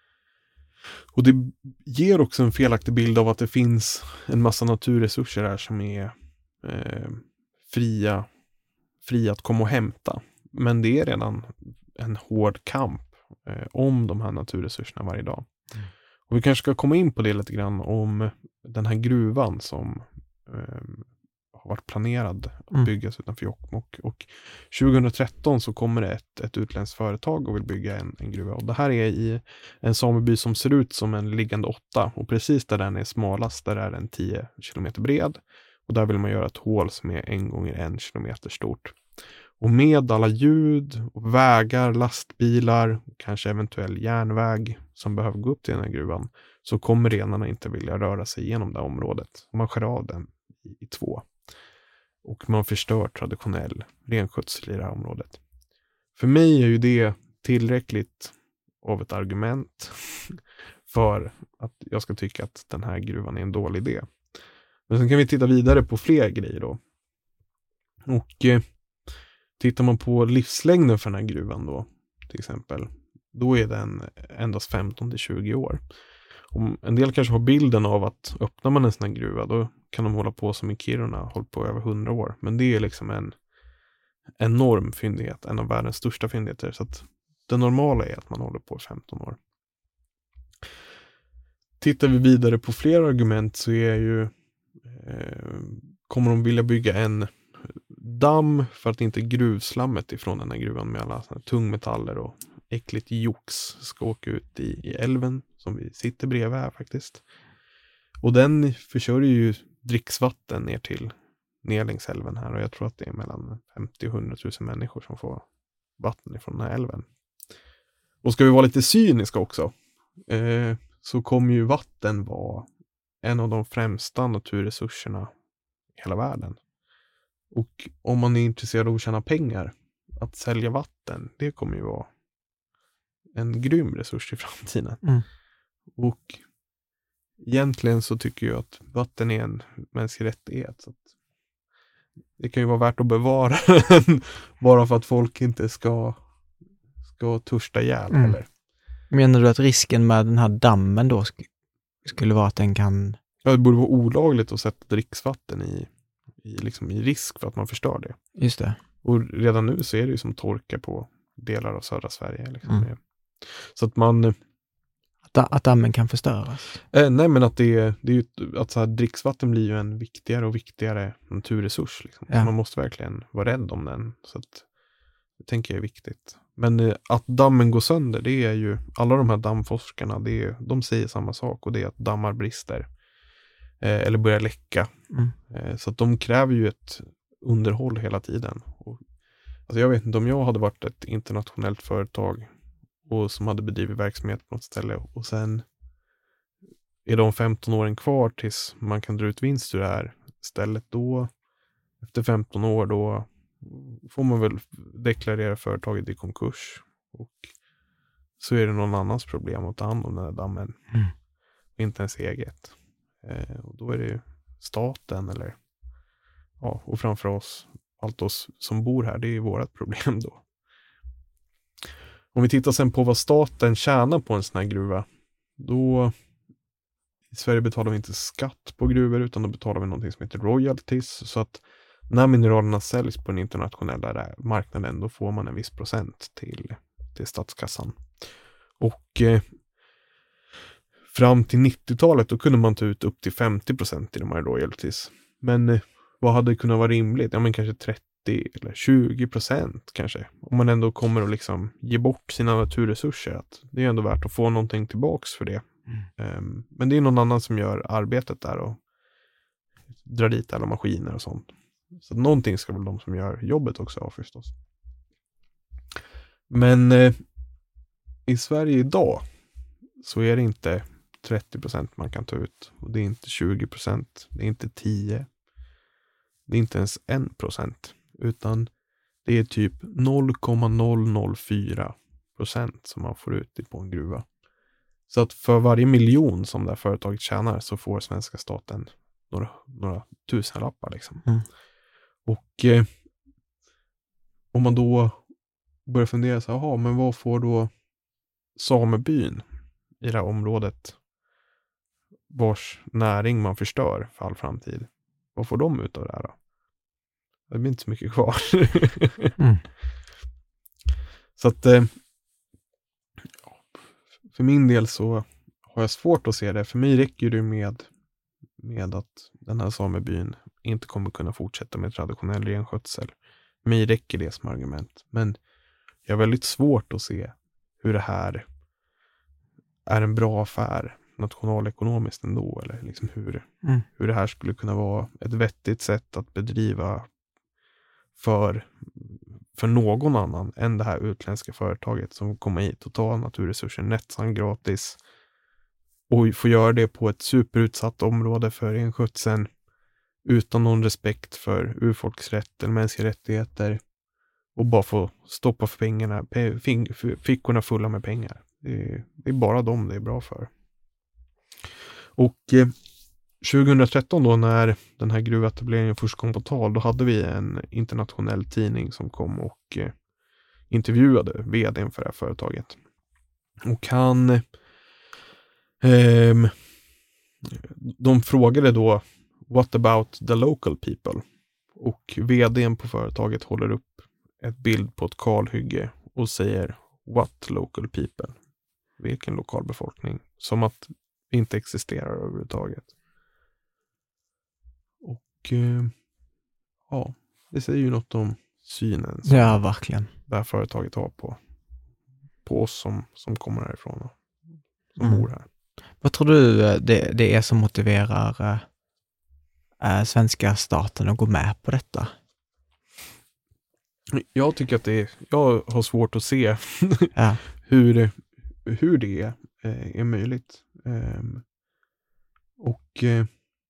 Och det ger också en felaktig bild av att det finns en massa naturresurser här som är eh, fria, fria att komma och hämta. Men det är redan en hård kamp eh, om de här naturresurserna varje dag. Mm. Och vi kanske ska komma in på det lite grann om den här gruvan som eh, har varit planerad att Mm. byggas utanför Jokkmokk. Och tjugohundratretton så kommer det ett, ett utländskt företag och vill bygga en, en gruva. Och det här är i en sameby som ser ut som en liggande åtta. Och precis där den är smalast, där är den tio kilometer bred. Och där vill man göra ett hål som är en gånger en kilometer stort. Och med alla ljud och vägar, lastbilar, kanske eventuell järnväg som behöver gå upp till den här gruvan, så kommer renarna inte vilja röra sig igenom det här området. Man skär av den i, i två. Och man förstör traditionell renskötsel i det här området. För mig är ju det tillräckligt av ett argument för att jag ska tycka att den här gruvan är en dålig idé. Men sen kan vi titta vidare på fler grejer då. Och eh, tittar man på livslängden för den här gruvan då, till exempel, då är den endast femton till tjugo år. Om en del kanske har bilden av att öppnar man en sån här gruva, då kan de hålla på som i Kiruna, hålla på över hundra år. Men det är liksom en enorm fyndighet, en av världens största fyndigheter. Så att det normala är att man håller på femton år. Tittar vi vidare på fler argument så är ju eh, kommer de vilja bygga en damm för att inte gruvslammet ifrån den här gruvan med alla såna tungmetaller och äckligt jox ska åka ut i, i älven som vi sitter bredvid här faktiskt. Och den försörjer ju dricksvatten ner till ner längs älven här, och jag tror att det är mellan femtio och hundra tusen människor som får vatten ifrån den här älven. Och ska vi vara lite cyniska också, eh, så kommer ju vatten vara en av de främsta naturresurserna i hela världen. Och om man är intresserad av att tjäna pengar, att sälja vatten, det kommer ju vara en grym resurs i framtiden. Mm. Och egentligen så tycker jag att vatten är en mänsklig rättighet. Så att det kan ju vara värt att bevara den bara för att folk inte ska, ska törsta ihjäl. Mm. Eller? Menar du att risken med den här dammen då sk- skulle vara att den kan Ja, det borde vara olagligt att sätta dricksvatten i, i, liksom, i risk för att man förstör det. Just det. Och redan nu så är det ju som torka på delar av södra Sverige. Liksom. Mm. Så att man... Att, att dammen kan förstöras. Eh, nej, men att det är, det är ju, att så här, dricksvatten blir ju en viktigare och viktigare naturresurs. Liksom. Ja. Man måste verkligen vara rädd om den. Så att, det tänker jag är viktigt. Men eh, att dammen går sönder, det är ju, alla de här dammforskarna, det är, de säger samma sak, och det är att dammar brister. Eh, eller börjar läcka. Mm. Eh, så att de kräver ju ett underhåll hela tiden. Och, alltså jag vet inte, om jag hade varit ett internationellt företag och som hade bedrivit verksamhet på något ställe, och sen är de femton åren kvar tills man kan dra ut vinst ur det här stället, då efter femton år då får man väl deklarera företaget i konkurs, och så är det någon annans problem att ta hand om den här dammen. Mm. Inte ens eget. Eh, och då är det ju staten, eller ja, och framför oss, allt oss som bor här, det är ju vårat problem då. Om vi tittar sen på vad staten tjänar på en sån här gruva, då i Sverige betalar vi inte skatt på gruvor, utan då betalar vi någonting som heter royalties, så att när mineralerna säljs på den internationella marknaden, då får man en viss procent till, till statskassan. Och eh, fram till nittiotalet då kunde man ta ut upp till femtio procent i de här royalties. Men eh, vad hade kunnat vara rimligt? Ja, men kanske trettio eller tjugo procent kanske. Om man ändå kommer att liksom ge bort sina naturresurser. Att det är ändå värt att få någonting tillbaks för det. Mm. Um, men det är någon annan som gör arbetet där och drar dit alla maskiner och sånt. Så någonting ska väl de som gör jobbet också ha förstås. Men eh, i Sverige idag så är det inte trettio procent man kan ta ut. Och det är inte tjugo procent. Det är inte tio. Det är inte ens en procent. Utan det är typ noll komma noll noll fyra procent som man får ut på en gruva. Så att för varje miljon som det här företaget tjänar så får svenska staten några, några tusenlappar liksom. Mm. Och eh, om man då börjar fundera så här, men vad får då samebyn i det här området vars näring man förstör för all framtid? Vad får de ut av det här då? Det blir inte så mycket kvar. mm. Så att eh, för min del så har jag svårt att se det. För mig räcker det med, med att den här samebyn inte kommer kunna fortsätta med traditionell renskötsel. För mig räcker det som argument. Men jag har väldigt svårt att se hur det här är en bra affär nationalekonomiskt ändå. Eller liksom hur, mm. hur det här skulle kunna vara ett vettigt sätt att bedriva för, för någon annan än det här utländska företaget som kommer hit och tar naturresurser nästan gratis och får göra det på ett superutsatt område för renskötseln utan någon respekt för urfolksrätt eller mänskliga rättigheter och bara få stoppa för pengarna, fickorna fulla med pengar. Det är, det är bara dem det är bra för. Och eh, tjugohundratretton då när den här gruvetableringen först kom på tal, då hade vi en internationell tidning som kom och eh, intervjuade vdn för det här företaget. Och han eh, de frågade då what about the local people? Och vdn på företaget håller upp ett bild på ett kalhygge och säger what local people? Vilken lokalbefolkning? Som att det inte existerar överhuvudtaget. Och eh, ja, det säger ju något om synen som ja, verkligen. det här företaget har på, på oss som, som kommer härifrån och som mm. bor här. Vad tror du det, det är som motiverar äh, svenska staten att gå med på detta? Jag tycker att det är, jag har svårt att se ja. hur, hur det är, är möjligt. Um, och uh,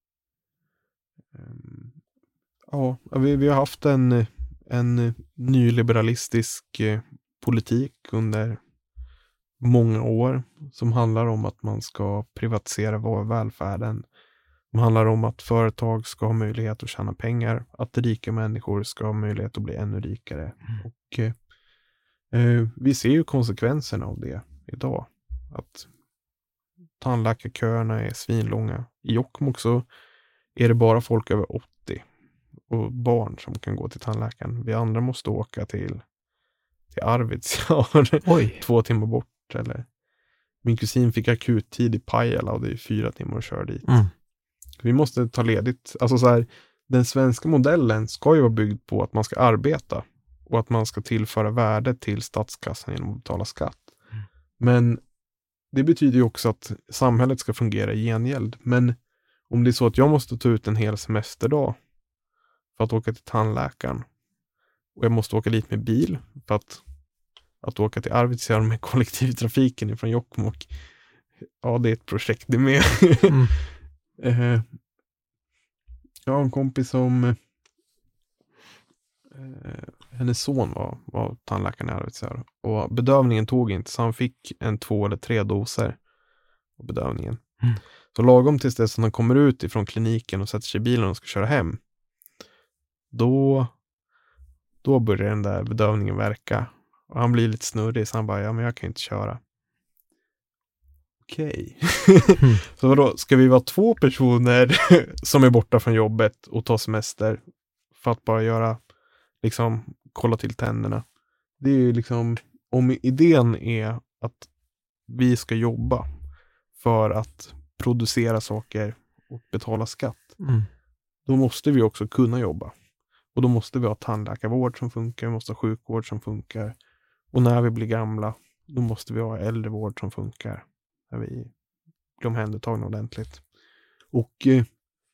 um, ja, vi, vi har haft en, en nyliberalistisk uh, politik under många år som handlar om att man ska privatisera välfärden. Det handlar om att företag ska ha möjlighet att tjäna pengar, att rika människor ska ha möjlighet att bli ännu rikare. Mm. Och eh, vi ser ju konsekvenserna av det idag. Att tandläkarköerna är svinlånga. I Jokkmokk så är det bara folk över åttio och barn som kan gå till tandläkaren. Vi andra måste åka till, till Arvidsjaur Oj. två timmar bort. Eller min kusin fick akuttid i Pajala och det är fyra timmar att köra dit. Mm. Vi måste ta ledigt. Alltså så här, den svenska modellen ska ju vara byggd på att man ska arbeta och att man ska tillföra värde till statskassan genom att betala skatt. Mm. Men det betyder ju också att samhället ska fungera i gengäld. Men om det är så att jag måste ta ut en hel semesterdag för att åka till tandläkaren och jag måste åka dit med bil för att, att åka till Arvidsjaur med kollektivtrafiken ifrån Jokkmokk. Ja, det är ett projekt det med. Mm. uh, jag har en kompis som uh, hennes son var, var tandläkaren i Arvidsjaur och bedövningen tog inte så han fick en två eller tre doser av bedövningen. Mm. Så lagom tills dess att han kommer ut ifrån kliniken och sätter sig i bilen och ska köra hem, då då börjar den där bedövningen verka och han blir lite snurrig så han bara, ja men jag kan inte köra. Okej. Okay. Mm. Så då ska vi vara två personer som är borta från jobbet och ta semester för att bara göra, liksom, kolla till tänderna. Det är ju liksom, om idén är att vi ska jobba för att producera saker och betala skatt, mm. då måste vi också kunna jobba. Och då måste vi ha tandläkarvård som funkar, vi måste ha sjukvård som funkar. Och när vi blir gamla, då måste vi ha äldrevård som funkar. När vi blir omhändertagna ordentligt. Och eh,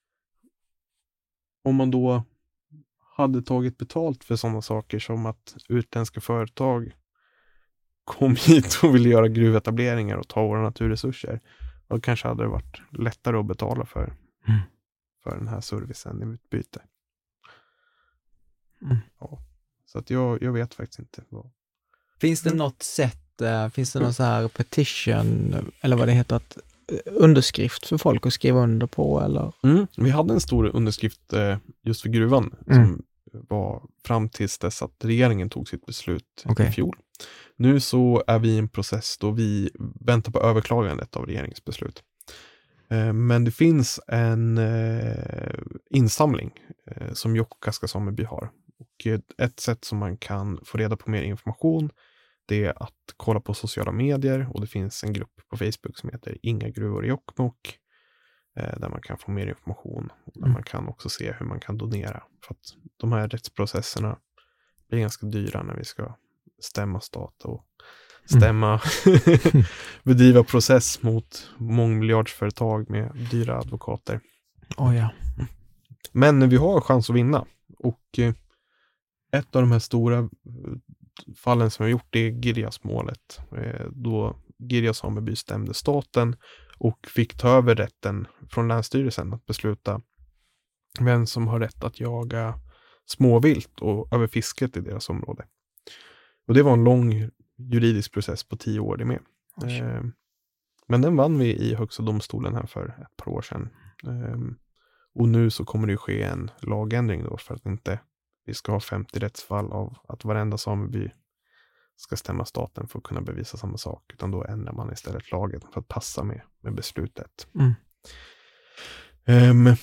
om man då hade tagit betalt för sådana saker som att utländska företag kom hit och ville göra gruvetableringar och ta våra naturresurser, då kanske hade det varit lättare att betala för, mm. för den här servicen i utbyte. Mm. Ja. Så att jag, jag vet faktiskt inte vad. Finns det något sätt, äh, finns det någon så här petition eller vad det heter, att uh, underskrift för folk att skriva under på eller? Mm. Vi hade en stor underskrift eh, just för gruvan mm. som var fram tills dess att regeringen tog sitt beslut okay. i fjol. Nu så är vi i en process då vi väntar på överklagandet av regeringens beslut. Eh, men det finns en eh, insamling eh, som Jokkaska sameby har. Och ett sätt som man kan få reda på mer information, det är att kolla på sociala medier, och det finns en grupp på Facebook som heter Inga gruvor i Jokkmokk eh, där man kan få mer information och där mm. man kan också se hur man kan donera, för att de här rättsprocesserna blir ganska dyra när vi ska stämma stat och stämma mm. bedriva process mot mångmiljardsföretag med dyra advokater. Oh, ja. Men vi har chans att vinna, och eh, ett av de här stora fallen som vi har gjort, det är Girjas-målet. Då Girjas sameby stämde staten och fick ta över rätten från Länsstyrelsen att besluta vem som har rätt att jaga småvilt och över fisket i deras område. Och det var en lång juridisk process på tio år det med. Eh, men den vann vi i Högsta domstolen här för ett par år sedan. Eh, och nu så kommer det ju ske en lagändring då för att inte vi ska ha femtio rättsfall av att varenda sameby ska stämma staten för att kunna bevisa samma sak. Utan då ändrar man istället lagen för att passa med, med beslutet. Mm. Um,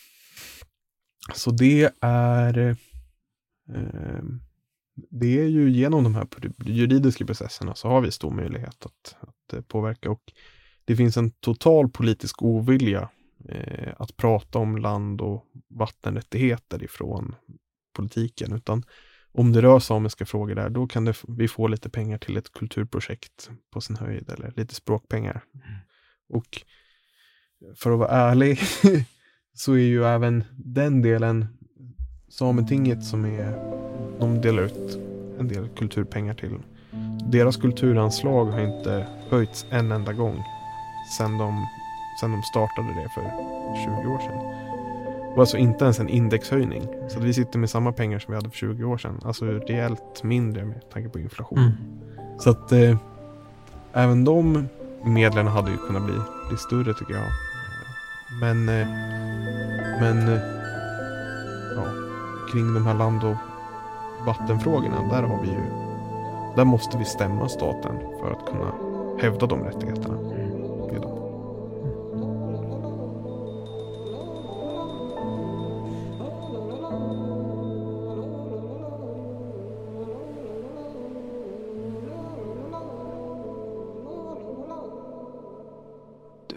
så det är um, det är ju genom de här juridiska processerna så har vi stor möjlighet att, att påverka. Och det finns en total politisk ovilja eh, att prata om land- och vattenrättigheter ifrån politiken, utan om det rör samiska frågor där, då kan det, vi få lite pengar till ett kulturprojekt på sin höjd, eller lite språkpengar. Mm. Och för att vara ärlig så är ju även den delen Sametinget som är, de delar ut en del kulturpengar till. Deras kulturanslag har inte höjts en enda gång sedan de, sedan de startade det för tjugo år sedan. Och alltså inte ens en indexhöjning. Så att vi sitter med samma pengar som vi hade för tjugo år sedan. Alltså rejält mindre med tanke på inflation. Mm. Så att eh, även de medlen hade ju kunnat bli, bli större tycker jag. Men eh, men eh, ja, kring de här land- och vattenfrågorna, där har vi ju, där måste vi stämma staten för att kunna hävda de rättigheterna. Mm.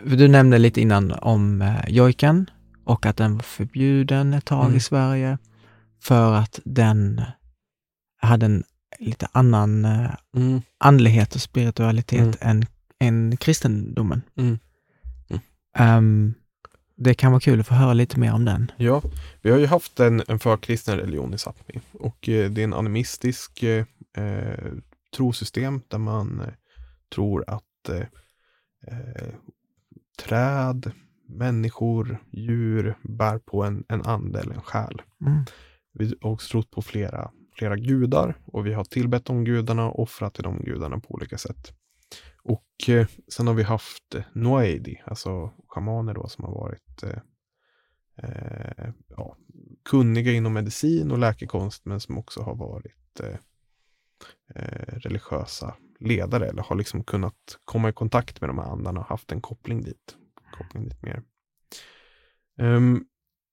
du nämnde lite innan om eh, jojkan och att den var förbjuden ett tag Mm. i Sverige för att den hade en lite annan eh, Mm. andlighet och spiritualitet Mm. än, än kristendomen. Mm. Um, det kan vara kul att få höra lite mer om den. Ja, vi har ju haft en, en förkristen religion i Sápmi och eh, det är en animistisk eh, eh, trosystem där man eh, tror att eh, eh, träd, människor, djur bär på en, en ande eller en själ. Mm. Vi har också trott på flera, flera gudar och vi har tillbett de gudarna och offrat till de gudarna på olika sätt. Och eh, sen har vi haft eh, Noaidi, alltså schamaner då som har varit eh, eh, ja, kunniga inom medicin och läkekonst men som också har varit eh, eh, religiösa ledare eller har liksom kunnat komma i kontakt med de här andarna och haft en koppling dit. Koppling dit mer. Um,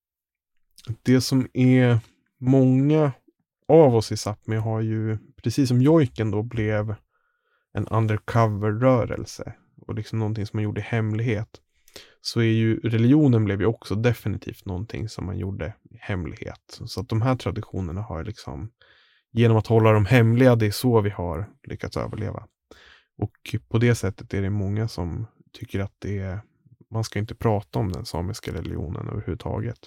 det som är många av oss i Sápmi har ju, precis som jojken då blev en undercover-rörelse och liksom någonting som man gjorde i hemlighet, så är ju religionen blev ju också definitivt någonting som man gjorde i hemlighet. Så att de här traditionerna har liksom, genom att hålla dem hemliga, det är så vi har lyckats överleva. Och på det sättet är det många som tycker att det är, man ska inte prata om den samiska religionen överhuvudtaget.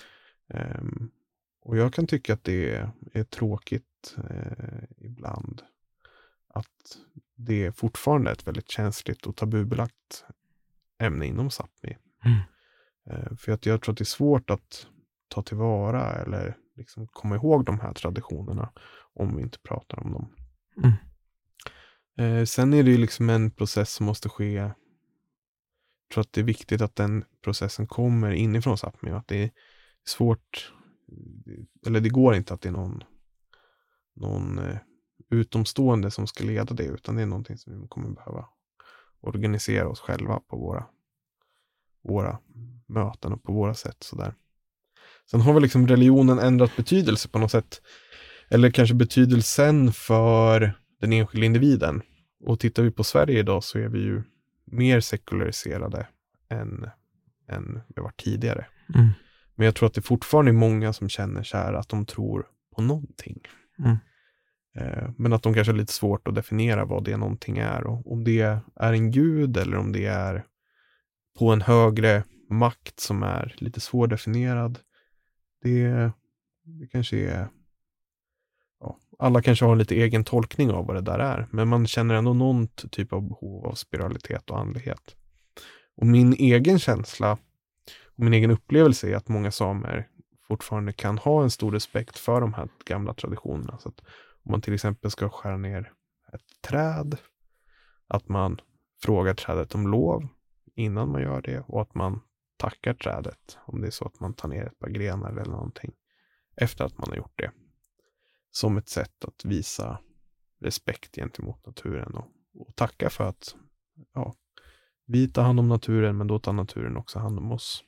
Um, och jag kan tycka att det är, är tråkigt eh, ibland att det är fortfarande ett väldigt känsligt och tabubelagt ämne inom Sápmi. Mm. Eh, för att jag tror att det är svårt att ta tillvara eller liksom komma ihåg de här traditionerna om vi inte pratar om dem. Mm. Eh, sen är det ju liksom en process som måste ske. Jag tror att det är viktigt att den processen kommer inifrån Sápmi och att det är svårt, eller det går inte att det är någon, någon eh, utomstående som ska leda det, utan det är någonting som vi kommer behöva organisera oss själva på våra, våra möten och på våra sätt. Sådär. Sen har väl liksom religionen ändrat betydelse på något sätt, eller kanske betydelsen för den enskilda individen. Och tittar vi på Sverige idag så är vi ju mer sekulariserade än, än vi var tidigare. Mm. Men jag tror att det fortfarande är många som känner så här att de tror på någonting. Mm. Eh, men att de kanske har lite svårt att definiera vad det någonting är. Och om det är en gud eller om det är på en högre makt som är lite svårdefinierad. Det, det kanske är... Ja, alla kanske har en lite egen tolkning av vad det där är. Men man känner ändå någon typ av behov av spiralitet och andlighet. Och min egen känsla och min egen upplevelse är att många samer fortfarande kan ha en stor respekt för de här gamla traditionerna. Så att om man till exempel ska skära ner ett träd, att man frågar trädet om lov innan man gör det och att man tackar trädet om det är så att man tar ner ett par grenar eller någonting efter att man har gjort det. Som ett sätt att visa respekt gentemot naturen och, och tacka för att ja, vi tar hand om naturen, men då tar naturen också hand om oss.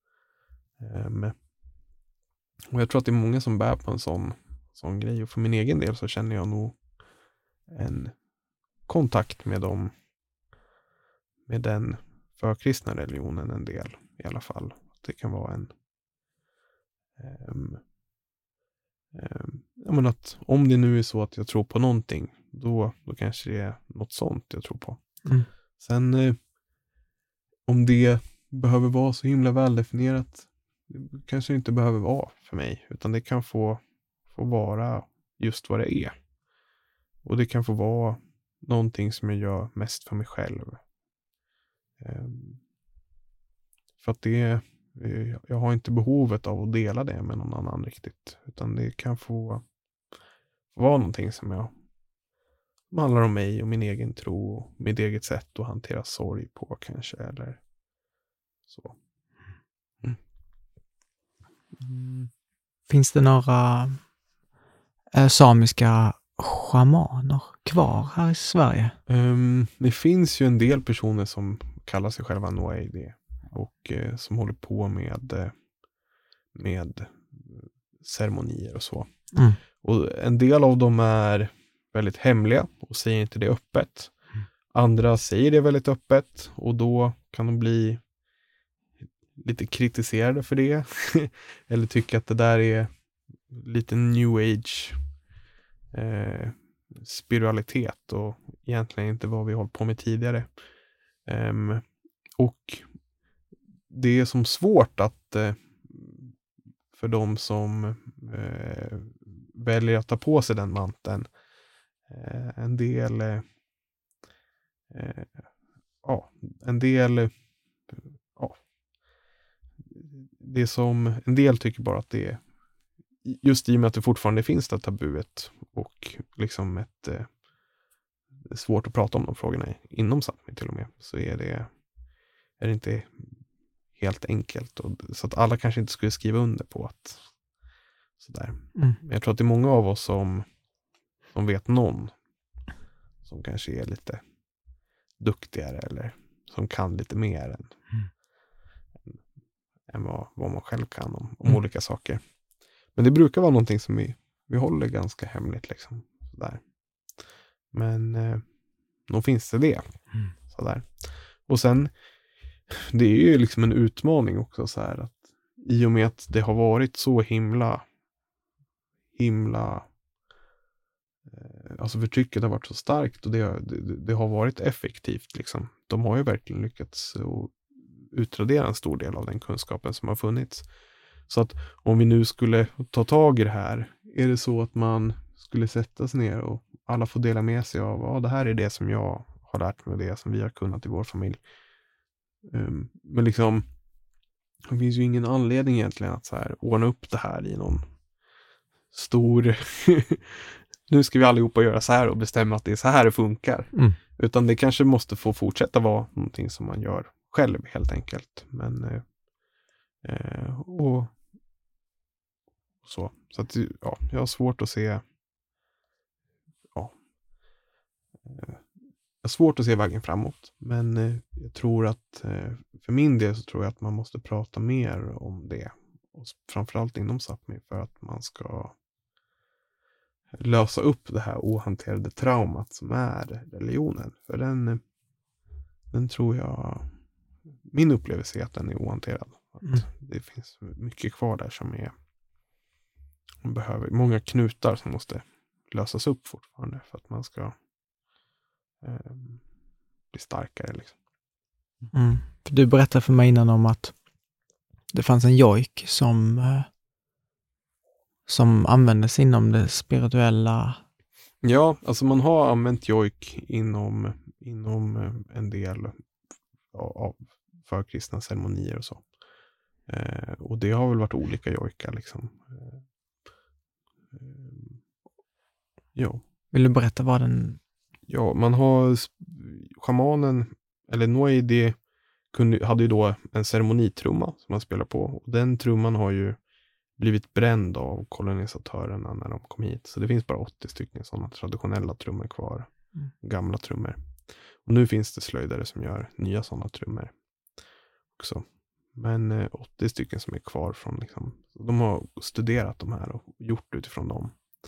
Um, och jag tror att det är många som bär på en sån, sån grej. Och för min egen del så känner jag nog en kontakt med dem, med den förkristna religionen en del i alla fall. Det kan vara en um, um, jag menar att om det nu är så att jag tror på någonting, då, då kanske det är något sånt jag tror på. Mm. Sen eh, om det behöver vara så himla väldefinierat, det kanske inte behöver vara för mig, utan det kan få, få vara just vad det är. Och det kan få vara någonting som jag gör mest för mig själv. Um, för att det, jag har inte behovet av att dela det med någon annan riktigt, utan det kan få, få vara någonting som jag som handlar om mig och min egen tro och mitt eget sätt att hantera sorg på kanske, eller så. Mm. Mm. Finns det några äh, samiska schamaner kvar här i Sverige? Um, det finns ju en del personer som kallar sig själva Noaidi och eh, som håller på med med ceremonier och så. Mm. Och en del av dem är väldigt hemliga och säger inte det öppet. Mm. Andra säger det väldigt öppet och då kan de bli lite kritiserade för det. Eller tycka att det där är lite new age eh, spiritualitet och egentligen inte vad vi hållit på med tidigare. Um, och det är som svårt att eh, för de som eh, väljer att ta på sig den manteln. Eh, en del eh, eh, ja, en del eh, ja, det som en del tycker bara att det är just i och med att det fortfarande finns det tabuet och liksom ett eh, det är svårt att prata om de frågorna inom Sápmi till och med, så är det är det inte helt enkelt och, så att alla kanske inte skulle skriva under på att sådär. Mm. Men jag tror att det är många av oss som som vet någon som kanske är lite duktigare eller som kan lite mer än, mm. än, än vad, vad man själv kan om, om mm. olika saker. Men det brukar vara någonting som vi, vi håller ganska hemligt liksom. Sådär. Men eh, då finns det det. Mm. Sådär. Och sen, det är ju liksom en utmaning också så här att i och med att det har varit så himla himla eh, alltså förtrycket har varit så starkt och det, det, det har varit effektivt liksom. De har ju verkligen lyckats att utradera en stor del av den kunskapen som har funnits. Så att om vi nu skulle ta tag i det här, är det så att man skulle sätta sig ner och alla får dela med sig av, ja, det här är det som jag har lärt mig och det som vi har kunnat i vår familj. Um, men liksom, det finns ju ingen anledning egentligen att så här ordna upp det här i någon stor, nu ska vi allihopa göra så här och bestämma att det är så här det funkar. Mm. Utan det kanske måste få fortsätta vara någonting som man gör själv helt enkelt. Men eh, eh, och så. Så att, ja, jag har svårt att se ja, eh, jag har svårt att se vägen framåt. Men eh, jag tror att eh, för min del så tror jag att man måste prata mer om det. Och framförallt inom Sápmi för att man ska lösa upp det här ohanterade traumat som är religionen. För den, den tror jag, min upplevelse är att den är ohanterad. Att mm. det finns mycket kvar där som är, man behöver, många knutar som måste lösas upp fortfarande för att man ska eh, bli starkare liksom. Mm. För du berättade för mig innan om att det fanns en jojk som eh, som användes inom det spirituella. Ja, alltså man har använt jojk inom, inom en del av förkristna ceremonier och så. Eh, och det har väl varit olika jojkar liksom. Eh, eh, ja. Vill du berätta vad den... Ja, man har schamanen, eller Noidi kunde, hade ju då en ceremonitrumma som man spelar på. Och den trumman har ju blivit bränd av kolonisatörerna när de kom hit. Så det finns bara åttio stycken sådana traditionella trummor kvar. Mm. Gamla trummor. Och nu finns det slöjdare som gör nya sådana trummor också. Men eh, åttio stycken som är kvar från liksom, de har studerat de här och gjort utifrån dem.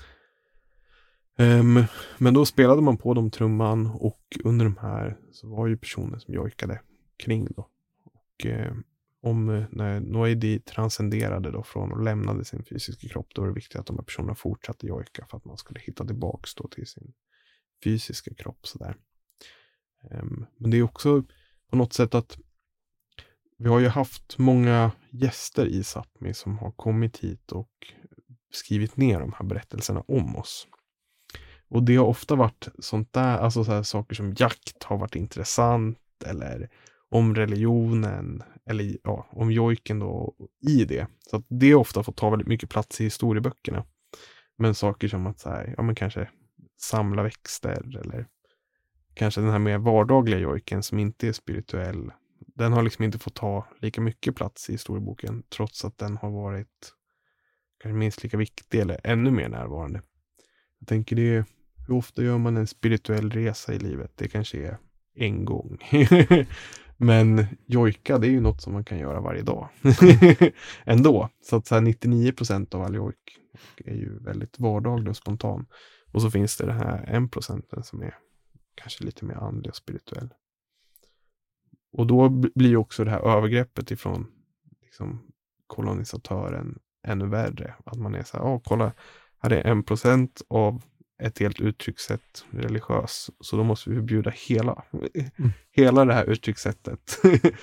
Um, men då spelade man på de trumman och under de här så var ju personer som jojkade kring då. Och eh, om när Noidi transcenderade då från och lämnade sin fysiska kropp, då var det viktigt att de här personerna fortsatte jojka för att man skulle hitta tillbaks då till sin fysiska kropp sådär. Um, men det är också på något sätt att vi har ju haft många gäster i Sápmi som har kommit hit och skrivit ner de här berättelserna om oss. Och det har ofta varit sånt där, alltså så här saker som jakt har varit intressant, eller om religionen, eller ja, om jojken då i det. Så att det ofta får ta väldigt mycket plats i historieböckerna. Men saker som att så här, ja men kanske samla växter, eller kanske den här mer vardagliga jojken som inte är spirituell, den har liksom inte fått ta lika mycket plats i historieboken, trots att den har varit kanske minst lika viktig eller ännu mer närvarande. Jag tänker det, hur ofta gör man en spirituell resa i livet? Det kanske är en gång. Men jojka, det är ju något som man kan göra varje dag. Ändå. Så att så här nittionio procent av all jojk är ju väldigt vardaglig och spontan. Och så finns det det här en procenten som är kanske lite mer andlig och spirituell. Och då blir ju också det här övergreppet ifrån liksom, kolonisatören ännu värre. Att man är så här, åh kolla, här är en procent av ett helt uttryckssätt religiös. Så då måste vi förbjuda hela, mm. hela det här uttryckssättet.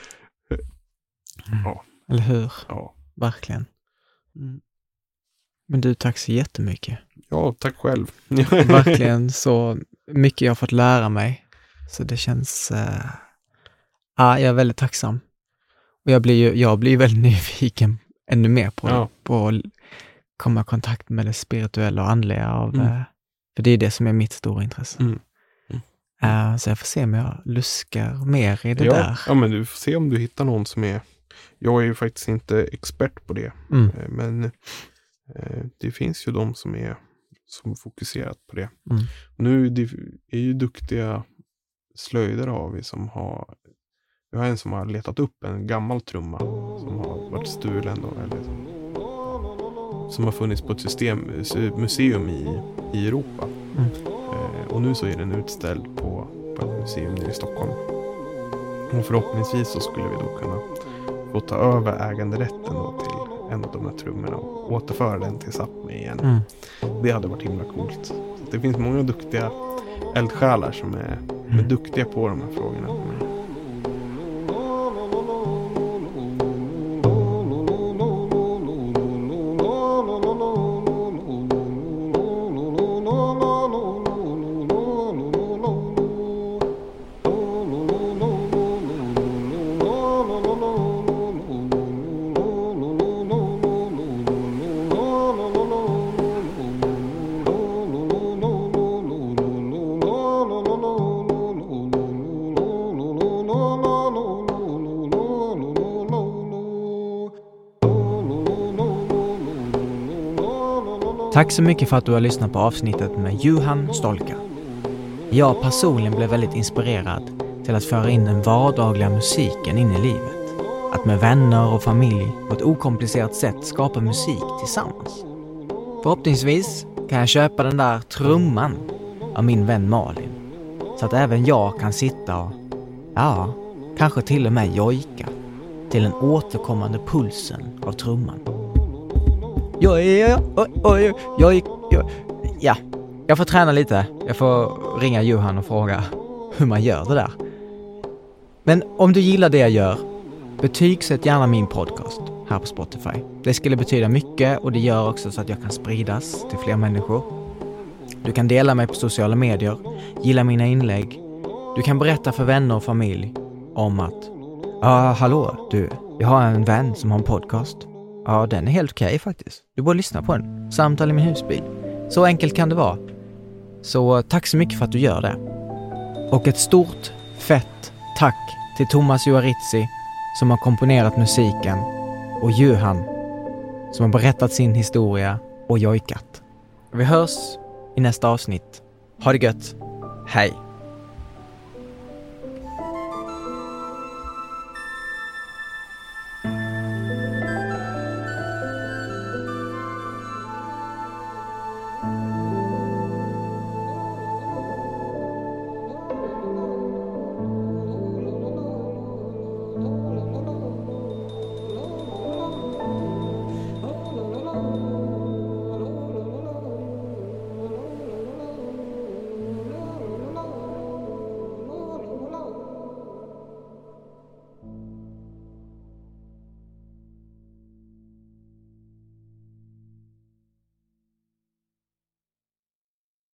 Ja. Eller hur? Ja. Verkligen. Mm. Men du, tack så jättemycket. Ja, tack själv. Verkligen så mycket jag har fått lära mig. Så det känns... Uh... Ja, jag är väldigt tacksam. Och jag blir ju jag blir väldigt nyfiken ännu mer på, ja. på att komma i kontakt med det spirituella och andliga. Av, mm. uh, för det är det som är mitt stora intresse. Mm. Mm. Uh, så jag får se om jag luskar mer i det ja. där. Ja, men du får se om du hittar någon som är... Jag är ju faktiskt inte expert på det. Mm. Uh, men uh, det finns ju de som är som fokuserat på det. Mm. Nu det är ju duktiga slöjder har vi som har... Vi har en som har letat upp en gammal trumma som har varit stulen då, eller som har funnits på ett system, museum i, i Europa. Mm. Eh, och nu så är den utställd på, på ett museum i Stockholm. Och förhoppningsvis så skulle vi då kunna få ta över äganderätten då till en av de här trummorna och återföra den till Sápmi igen. Mm. Det hade varit himla coolt. Så det finns många duktiga eldsjälar som är, mm. är duktiga på de här frågorna. Tack så mycket för att du har lyssnat på avsnittet med Juhan Stolka. Jag personligen blev väldigt inspirerad till att föra in den vardagliga musiken in i livet. Att med vänner och familj på ett okomplicerat sätt skapa musik tillsammans. Förhoppningsvis kan jag köpa den där trumman av min vän Malin. Så att även jag kan sitta och, ja, kanske till och med jojka till den återkommande pulsen av trumman. Ja, ja, ja, ja, ja, ja, ja, jag får träna lite. Jag får ringa Johan och fråga hur man gör det där. Men om du gillar det jag gör, betygsätt gärna min podcast här på Spotify. Det skulle betyda mycket och det gör också så att jag kan spridas till fler människor. Du kan dela mig på sociala medier, gilla mina inlägg. Du kan berätta för vänner och familj om att ja, ah, hallå, du, jag har en vän som har en podcast. Ja, den är helt okej okay, faktiskt. Du borde lyssna på den. Samtal i min husbil. Så enkelt kan det vara. Så tack så mycket för att du gör det. Och ett stort, fett tack till Thomas Juaritsi som har komponerat musiken och Johan som har berättat sin historia och jojkat. Vi hörs i nästa avsnitt. Ha det gött. Hej!